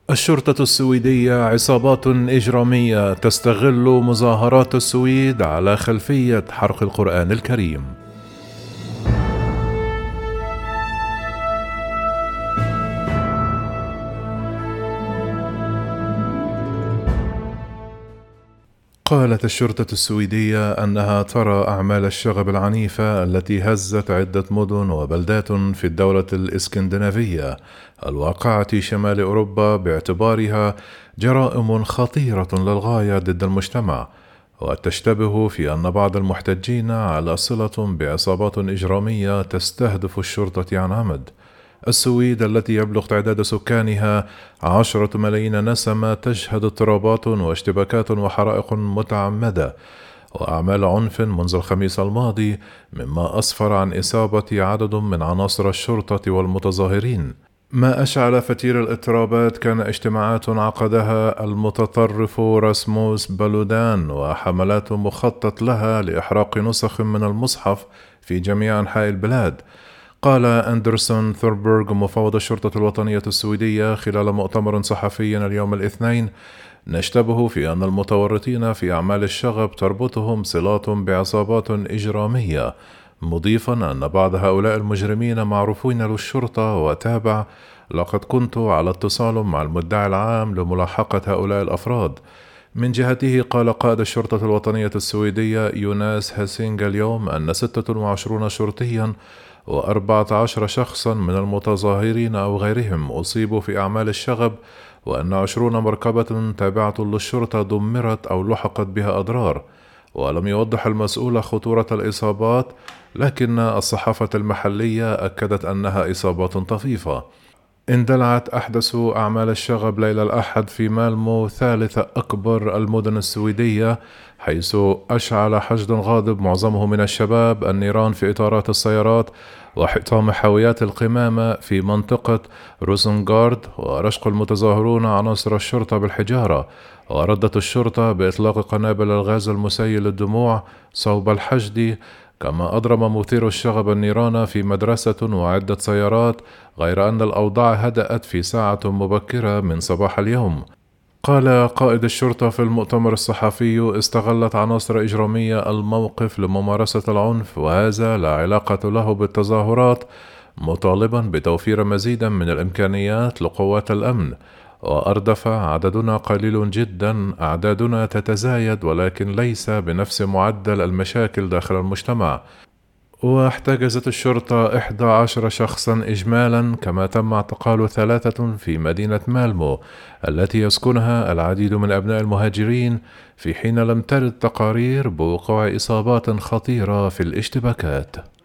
الشرطة السويدية عصابات إجرامية تستغل مظاهرات السويد على خلفية حرق القرآن الكريم. قالت الشرطة السويدية أنها ترى أعمال الشغب العنيفة التي هزت عدة مدن وبلدات في الدولة الإسكندنافية الواقعة شمال أوروبا باعتبارها جرائم خطيرة للغاية ضد المجتمع، وتشتبه في أن بعض المحتجين على صلة بعصابات إجرامية تستهدف الشرطة عن عمد. السويد التي يبلغ تعداد سكانها 10 ملايين نسمة تشهد اضطرابات واشتباكات وحرائق متعمدة وأعمال عنف منذ الخميس الماضي، مما أسفر عن إصابة عدد من عناصر الشرطة والمتظاهرين. ما أشعل فتيل الاضطرابات كان اجتماعات عقدها المتطرف راسموس بلودان وحملات مخطط لها لإحراق نسخ من المصحف في جميع أنحاء البلاد. قال أندرسون ثوربرغ مفوض الشرطة الوطنية السويدية خلال مؤتمر صحفي اليوم الاثنين: نشتبه في أن المتورطين في أعمال الشغب تربطهم صلات بعصابات إجرامية، مضيفا أن بعض هؤلاء المجرمين معروفين للشرطة. وتابع: لقد كنت على اتصال مع المدعي العام لملاحقة هؤلاء الأفراد. من جهته قال قائد الشرطة الوطنية السويدية يوناس هاسينغ اليوم أن 26 شرطيا و14 شخصا من المتظاهرين أو غيرهم أصيبوا في أعمال الشغب، وأن 20 مركبة تابعة للشرطة دمرت أو لحقت بها أضرار. ولم يوضح المسؤول خطورة الإصابات، لكن الصحافة المحلية أكدت أنها إصابات طفيفة. اندلعت أحدث أعمال الشغب ليلة الأحد في مالمو، ثالث أكبر المدن السويدية، حيث أشعل حشد غاضب معظمه من الشباب النيران في إطارات السيارات وحطام حاويات القمامة في منطقة روزنغارد، ورشق المتظاهرون عناصر الشرطة بالحجارة. وردت الشرطة بإطلاق قنابل الغاز المسيل للدموع صوب الحشد، كما أضرم مثير الشغب النيران في مدرسة وعدة سيارات، غير أن الأوضاع هدأت في ساعة مبكرة من صباح اليوم. قال قائد الشرطة في المؤتمر الصحفي: استغلت عناصر إجرامية الموقف لممارسة العنف، وهذا لا علاقة له بالتظاهرات، مطالبا بتوفير مزيدا من الإمكانيات لقوات الأمن. وأردف: عددنا قليل جدا، أعدادنا تتزايد، ولكن ليس بنفس معدل المشاكل داخل المجتمع. واحتجزت الشرطة 11 شخصا إجمالا، كما تم اعتقال 3 في مدينة مالمو التي يسكنها العديد من أبناء المهاجرين، في حين لم ترد تقارير بوقوع إصابات خطيرة في الاشتباكات.